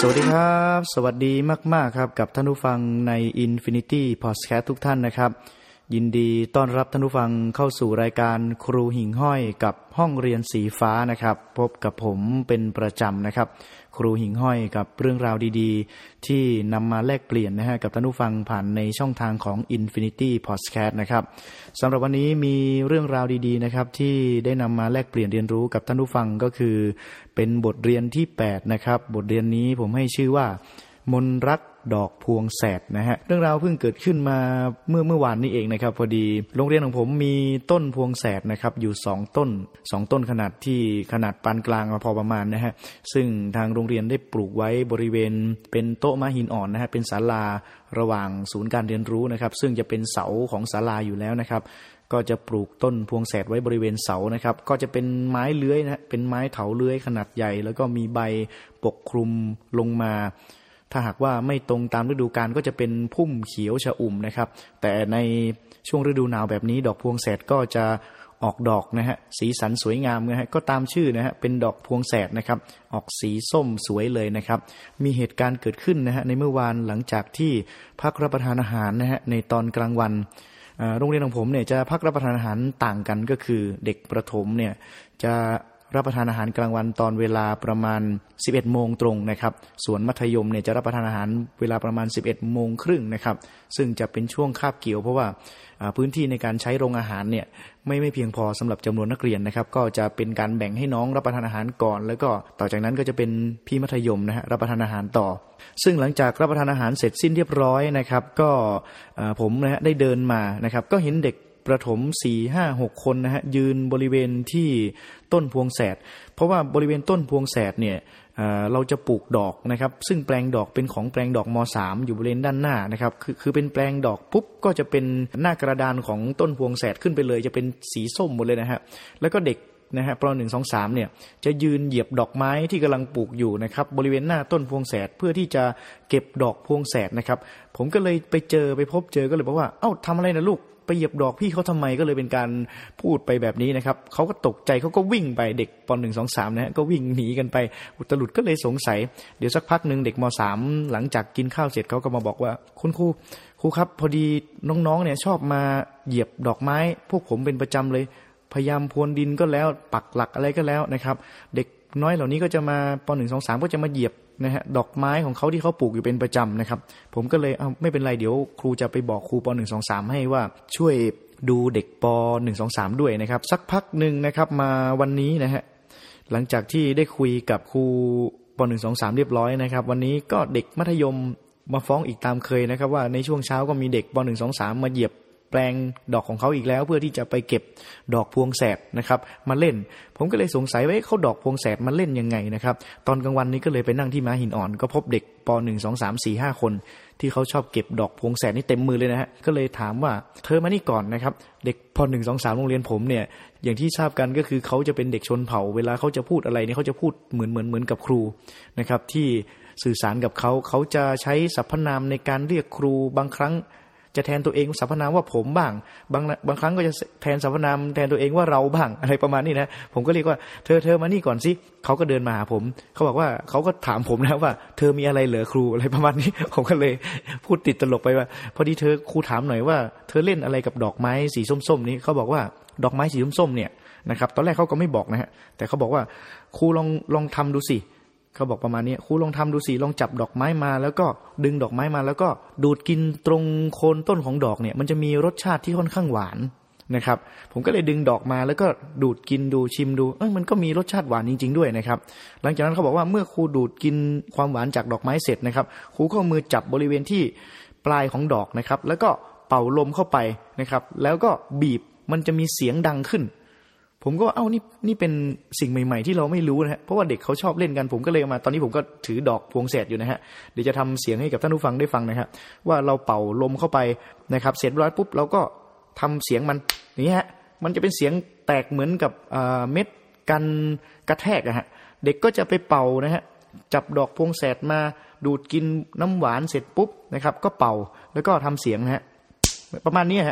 สวัสดีครับสวัสดีมากๆครับกับท่านผู้ฟังใน Infinity Podcast ทุกท่านนะครับยินดีต้อนรับท่านผู้ฟังเข้าสู่รายการครูหิ่งห้อยกับห้องเรียนสีฟ้านะครับพบกับผมเป็นประจำนะครับครูหิ่งห้อยกับเรื่องราวดีๆที่นำมาแลกเปลี่ยนนะฮะกับท่านผู้ฟังผ่านในช่องทางของ Infinity Podcast นะครับสำหรับวันนี้มีเรื่องราวดีๆนะครับที่ได้นำมาแลกเปลี่ยนเรียนรู้กับท่านผู้ฟังก็คือเป็นบทเรียนที่8นะครับบทเรียนนี้ผมให้ชื่อว่ามนรักดอกพวงแสดนะฮะเรื่องราวเพิ่งเกิดขึ้นมาเมื่อวานนี้เองนะครับพอดีโรงเรียนของผมมีต้นพวงแสดนะครับอยู่2ต้นขนาดปานกลางพอประมาณนะฮะซึ่งทางโรงเรียนได้ปลูกไว้บริเวณเป็นโต๊ะม้าหินอ่อนนะฮะเป็นศาลาระหว่างศูนย์การเรียนรู้นะครับซึ่งจะเป็นเสาของศาลาอยู่แล้วนะครับก็จะปลูกต้นพวงแสดไว้บริเวณเสานะครับก็จะเป็นไม้เลื้อยนะฮะเป็นไม้เถาเลื้อยขนาดใหญ่แล้วก็มีใบปกคลุมลงมาถ้าหากว่าไม่ตรงตามฤดูกาลก็จะเป็นพุ่มเขียวชอุ่มนะครับแต่ในช่วงฤดูหนาวแบบนี้ดอกพวงแสดก็จะออกดอกนะฮะสีสันสวยงามนะฮะก็ตามชื่อนะฮะเป็นดอกพวงแสดนะครับออกสีส้มสวยเลยนะครับมีเหตุการณ์เกิดขึ้นนะฮะในเมื่อวานหลังจากที่พักรับประทานอาหารนะฮะในตอนกลางวันโรงเรียนของผมเนี่ยจะพักรับประทานอาหารต่างกันก็คือเด็กประถมเนี่ยจะรับประทานอาหารกลางวันตอนเวลาประมาณ 11 โมงตรงนะครับส่วนมัธยมเนี่ยจะรับประทานอาหารเวลาประมาณ 11 โมงครึ่งนะครับซึ่งจะเป็นช่วงคาบเกี่ยวเพราะว่าพื้นที่ในการใช้โรงอาหารเนี่ยไม่เพียงพอสำหรับจำนวนนักเรียนนะครับก็จะเป็นการแบ่งให้น้องรับประทานอาหารก่อนแล้วก็ต่อจากนั้นก็จะเป็นพี่มัธยมนะฮะรับประทานอาหารต่อซึ่งหลังจากรับประทานอาหารเสร็จสิ้นเรียบร้อยนะครับก็ผมนะฮะได้เดินมานะครับก็เห็นเด็กประถม 4 5 6 คนนะฮะยืนบริเวณที่ต้นพวงแสดเพราะว่าบริเวณต้นพวงแสดเนี่ยเราจะปลูกดอกนะครับซึ่งแปลงดอกเป็นของแปลงดอกม.3 อยู่บริเวณด้านหน้านะครับคือเป็นแปลงดอกปุ๊บก็จะเป็นหน้ากระดานของต้นพวงแสดขึ้นไปเลยจะเป็นสีส้มหมดเลยนะฮะแล้วก็เด็กนะฮะป.1 2 3เนี่ยจะยืนเหยียบดอกไม้ที่กำลังปลูกอยู่นะครับบริเวณหน้าต้นพวงแสดเพื่อที่จะเก็บดอกพวงแสดนะครับผมก็เลยไปพบเจอก็เลยบอกว่าเอ้าทำอะไรนะลูกไปเหยียบดอกพี่เขาทำไมก็เลยเป็นการพูดไปแบบนี้นะครับเขาก็ตกใจเขาก็วิ่งไปเด็กป.1 2 3นะฮะก็วิ่งหนีกันไปอุตลุดก็เลยสงสัยเดี๋ยวสักพักนึงเด็กม.3 หลังจากกินข้าวเสร็จเขาก็มาบอกว่าคุณครูครับพอดีน้องๆเนี่ยชอบมาเหยียบดอกไม้พวกผมเป็นประจำเลยพยายามพรวนดินก็แล้วปักหลักอะไรก็แล้วนะครับเด็กน้อยเหล่านี้ก็จะมาป.1 2 3ก็จะมาเหยียบนะฮะดอกไม้ของเขาที่เขาปลูกอยู่เป็นประจำนะครับผมก็เลยไม่เป็นไรเดี๋ยวครูจะไปบอกครูป.1 2 3ให้ว่าช่วยดูเด็กป.1 2 3ด้วยนะครับสักพักนึงนะครับมาวันนี้นะฮะหลังจากที่ได้คุยกับครูป.1 2 3เรียบร้อยนะครับวันนี้ก็เด็กมัธยมมาฟ้องอีกตามเคยนะครับว่าในช่วงเช้าก็มีเด็กป.1 2 3มาเหยียบแปลงดอกของเขาอีกแล้วเพื่อที่จะไปเก็บดอกพวงแสดนะครับมาเล่นผมก็เลยสงสัยว่าเขาดอกพวงแสดมาเล่นยังไงนะครับตอนกลางวันนี้ก็เลยไปนั่งที่ม้าหินอ่อนก็พบเด็กป.1 2 3 4 5 คนที่เขาชอบเก็บดอกพวงแสดนี่เต็มมือเลยนะฮะก็เลยถามว่าเธอมานี่ก่อนนะครับเด็กป.1 2 3โรงเรียนผมเนี่ยอย่างที่ทราบกันก็คือเขาจะเป็นเด็กชนเผ่าเวลาเขาจะพูดอะไรเนี่ยเขาจะพูดเหมือนกับครูนะครับที่สื่อสารกับเขาจะใช้สรรพนามในการเรียกครูบางครั้งจะแทนตัวเองสรรพนามว่าผมบ้างบางครั้งก็จะแทนสรรพนามแทนตัวเองว่าเราบ้างอะไรประมาณนี้นะผมก็เรียกว่าเธอมานี่ก่อนสิเขาก็เดินมาหาผมเขาบอกว่าเขาก็ถามผมนะว่าเธอมีอะไรเหรอครูอะไรประมาณนี้ผมก็เลยพูดติดตลกไปว่าพอดีครูถามหน่อยว่าเธอเล่นอะไรกับดอกไม้สีส้มๆนี้เขาบอกว่าดอกไม้สีส้มๆเนี่ยนะครับตอนแรกเขาก็ไม่บอกนะฮะแต่เขาบอกว่าครูลองทำดูสิเขาบอกประมาณนี้ครูลองทำดูสิลองจับดอกไม้มาแล้วก็ดึงดอกไม้มาแล้วก็ดูดกินตรงโคนต้นของดอกเนี่ยมันจะมีรสชาติที่ค่อนข้างหวานนะครับผมก็เลยดึงดอกมาแล้วก็ดูดกินดูชิมดูมันก็มีรสชาติหวานจริงๆด้วยนะครับหลังจากนั้นเขาบอกว่าเมื่อครูดูดกินความหวานจากดอกไม้เสร็จนะครับครูก็เอามือจับบริเวณที่ปลายของดอกนะครับแล้วก็เป่าลมเข้าไปนะครับแล้วก็บีบมันจะมีเสียงดังขึ้นผมก็นี่เป็นสิ่งใหม่ๆที่เราไม่รู้นะฮะเพราะว่าเด็กเขาชอบเล่นกันผมก็เลยเอามาตอนนี้ผมก็ถือดอกพวงแสดอยู่นะฮะเดี๋ยวจะทำเสียงให้กับท่านผู้ฟังได้ฟังนะครับว่าเราเป่าลมเข้าไปนะครับเสร็จร้อยปุ๊บเราก็ทำเสียงมันอย่างนี้ฮะมันจะเป็นเสียงแตกเหมือนกับเม็ดกันกระแทกฮะเด็กก็จะไปเป่านะฮะจับดอกพวงแสดมาดูดกินน้ำหวานเสร็จปุ๊บนะครับก็เป่าแล้วก็ทำเสียงนะฮะประมาณนี้ฮะ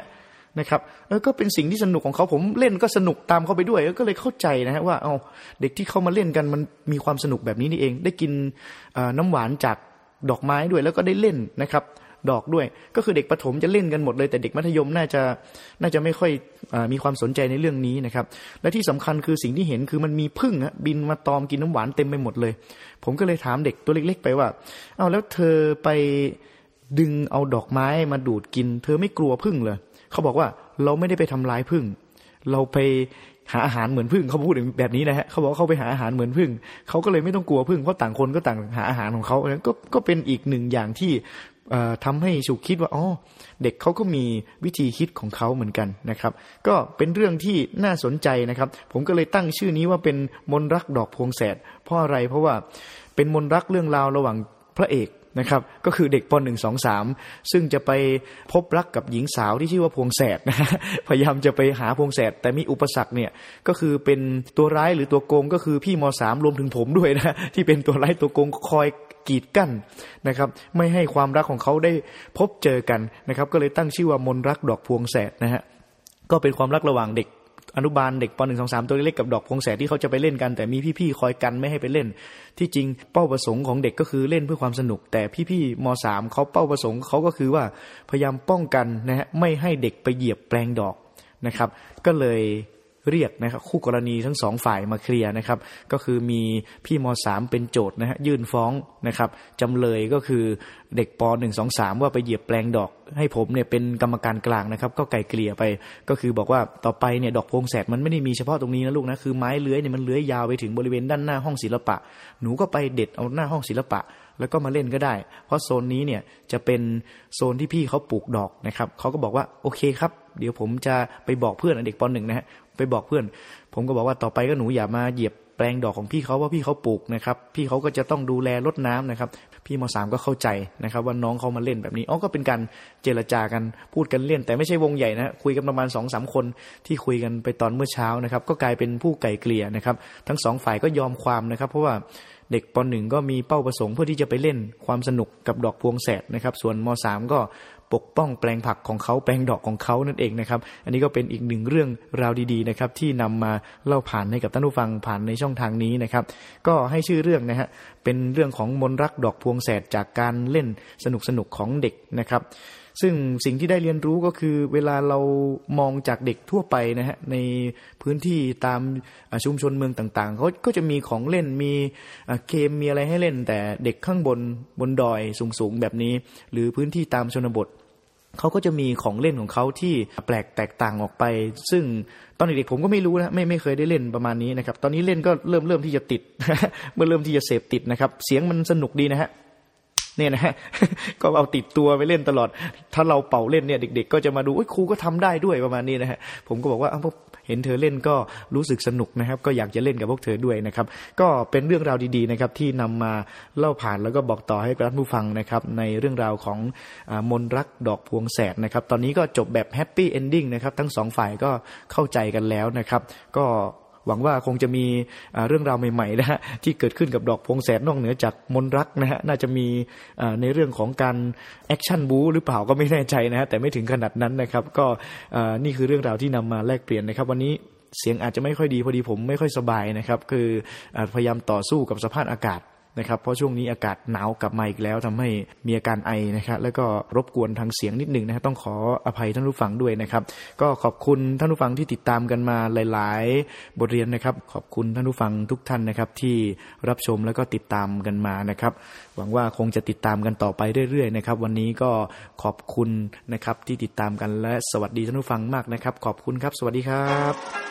นะครับก็เป็นสิ่งที่สนุกของเขาผมเล่นก็สนุกตามเขาไปด้วยก็เลยเข้าใจนะฮะว่าเด็กที่เขามาเล่นกันมันมีความสนุกแบบนี้นี่เองได้กินน้ำหวานจากดอกไม้ด้วยแล้วก็ได้เล่นนะครับดอกด้วยก็คือเด็กประถมจะเล่นกันหมดเลยแต่เด็กมัธยมน่าจะไม่ค่อยมีความสนใจในเรื่องนี้นะครับและที่สำคัญคือสิ่งที่เห็นคือมันมีผึ้งบินมาตอมกินน้ำหวานเต็มไปหมดเลยผมก็เลยถามเด็กตัวเล็กๆไปว่าแล้วเธอไปดึงเอาดอกไม้มาดูดกินเธอไม่กลัวผึ้งเหรอเขาบอกว่าเราไม่ได้ไปทำร้ายผึ้งเราไปหาอาหารเหมือนผึ้งเขาพูดแบบนี้นะฮะเขาบอกเขาไปหาอาหารเหมือนผึ้งเขาก็เลยไม่ต้องกลัวผึ้งเพราะต่างคนก็ต่างหาอาหารของเขาก็เป็นอีกหนึ่งอย่างที่ทำให้ฉุกคิดว่าเด็กเขาก็มีวิธีคิดของเขาเหมือนกันนะครับก็เป็นเรื่องที่น่าสนใจนะครับผมก็เลยตั้งชื่อนี้ว่าเป็นมนต์รักดอกพวงแสดเพราะอะไรเพราะว่าเป็นมนต์รักเรื่องราวระหว่างพระเอกนะครับก็คือเด็กป.1 2 3ซึ่งจะไปพบรักกับหญิงสาวที่ชื่อว่าพวงแสดนะพยายามจะไปหาพวงแสดแต่มีอุปสรรคเนี่ยก็คือเป็นตัวร้ายหรือตัวโกงก็คือพี่ม.3 รวมถึงผมด้วยนะที่เป็นตัวร้ายตัวโกงคอยกีดกั้นนะครับไม่ให้ความรักของเขาได้พบเจอกันนะครับก็เลยตั้งชื่อว่ามนต์รักดอกพวงแสดนะฮะก็เป็นความรักระหว่างเด็กอนุบาลเด็กป.1 2 3ตัวเล็กกับดอกพวงแสดที่เขาจะไปเล่นกันแต่มีพี่ๆคอยกันไม่ให้ไปเล่นที่จริงเป้าประสงค์ของเด็กก็คือเล่นเพื่อความสนุกแต่พี่ๆม.3เขาเป้าประสงค์เขาก็คือว่าพยายามป้องกันนะฮะไม่ให้เด็กไปเหยียบแปลงดอกนะครับก็เลยเรียกนะครับคู่กรณีทั้งสองฝ่ายมาเคลียร์นะครับก็คือมีพี่ม.3 เป็นโจทย์นะฮะยื่นฟ้องนะครับจำเลยก็คือเด็กป.1 2 3ว่าไปเหยียบแปลงดอกให้ผมเนี่ยเป็นกรรมการกลางนะครับก็ไกล่เกลี่ยไปก็คือบอกว่าต่อไปเนี่ยดอกพวงแสดมันไม่ได้มีเฉพาะตรงนี้นะลูกนะคือไม้เลื้อยเนี่ยมันเลื้อยยาวไปถึงบริเวณด้านหน้าห้องศิลปะหนูก็ไปเด็ดเอาหน้าห้องศิลปะแล้วก็มาเล่นก็ได้เพราะโซนนี้เนี่ยจะเป็นโซนที่พี่เขาปลูกดอกนะครับเขาก็บอกว่าโอเคครับเดี๋ยวผมจะไปบอกเพื่อนเด็กป.1นะฮะไปบอกเพื่อนผมก็บอกว่าต่อไปก็หนูอย่ามาเหยียบแปลงดอกของพี่เขาว่าพี่เขาปลูกนะครับพี่เขาก็จะต้องดูแลรดน้ำนะครับพี่ม.3 ก็เข้าใจนะครับว่าน้องเขามาเล่นแบบนี้ก็เป็นการเจรจากันพูดกันเล่นแต่ไม่ใช่วงใหญ่นะคุยกันประมาณ 2-3 คนที่คุยกันไปตอนเมื่อเช้านะครับก็กลายเป็นผู้ไกล่เกลี่ยนะครับทั้งสองฝ่ายก็ยอมความนะครับเพราะว่าเด็กป.1 ก็มีเป้าประสงค์เพื่อที่จะไปเล่นความสนุกกับดอกพวงแสดนะครับส่วนม.3 ก็ปกป้องแปลงผักของเขาแปลงดอกของเขานั่นเองนะครับอันนี้ก็เป็นอีกหนึ่งเรื่องราวดีๆนะครับที่นำมาเล่าผ่านให้กับท่านผู้ฟังผ่านในช่องทางนี้นะครับก็ให้ชื่อเรื่องนะฮะเป็นเรื่องของมนต์รักดอกพวงแสดจากการเล่นสนุกๆของเด็กนะครับซึ่งสิ่งที่ได้เรียนรู้ก็คือเวลาเรามองจากเด็กทั่วไปนะฮะในพื้นที่ตามชุมชนเมืองต่างๆเขาก็จะมีของเล่นมีเกมมีอะไรให้เล่นแต่เด็กข้างบนดอยสูงๆแบบนี้หรือพื้นที่ตามชนบทเขาก็จะมีของเล่นของเขาที่แปลกแตกต่างออกไปซึ่งตอนเด็กๆผมก็ไม่รู้นะไม่เคยได้เล่นประมาณนี้นะครับตอนนี้เล่นก็เริ่มที่จะติด เมื่อเริ่มที่จะเสพติดนะครับเสียงมันสนุกดีนะฮะเนี่ยนะฮะ ก็เอาติดตัวไปเล่นตลอดถ้าเราเป่าเล่นเนี่ยเด็กๆก็จะมาดูครูก็ทำได้ด้วยประมาณนี้นะฮะผมก็บอกว่าเห็นเธอเล่นก็รู้สึกสนุกนะครับก็อยากจะเล่นกับพวกเธอด้วยนะครับก็เป็นเรื่องราวดีๆนะครับที่นำมาเล่าผ่านแล้วก็บอกต่อให้กับท่านผู้ฟังนะครับในเรื่องราวของมนต์รักดอกพวงแสดนะครับตอนนี้ก็จบแบบแฮปปี้เอนดิ้งนะครับทั้งสองฝ่ายก็เข้าใจกันแล้วนะครับก็หวังว่าคงจะมีเรื่องราวใหม่ๆนะฮะที่เกิดขึ้นกับดอกพวงแสดนอกเหนือจากมนต์รักนะฮะน่าจะมีในเรื่องของการแอคชั่นบู๊หรือเปล่าก็ไม่แน่ใจนะฮะแต่ไม่ถึงขนาดนั้นนะครับก็นี่คือเรื่องราวที่นำมาแลกเปลี่ยนนะครับวันนี้เสียงอาจจะไม่ค่อยดีพอดีผมไม่ค่อยสบายนะครับคือพยายามต่อสู้กับสภาพอากาศนะครับเพราะช่วงนี้อากาศหนาวกลับมาอีกแล้วทำให้มีอาการไอนะครับแล้วก็รบกวนทางเสียงนิดนึงนะต้องขออภัยท่านผู้ฟังด้วยนะครับก็ขอบคุณท่านผู้ฟังที่ติดตามกันมาหลายๆบทเรียนนะครับขอบคุณท่านผู้ฟังทุกท่านนะครับที่รับชมแล้วก็ติดตามกันมานะครับหวังว่าคงจะติดตามกันต่อไปเรื่อยๆนะครับวันนี้ก็ขอบคุณนะครับที่ติดตามกันและสวัสดีท่านผู้ฟังมากนะครับขอบคุณครับสวัสดีครับ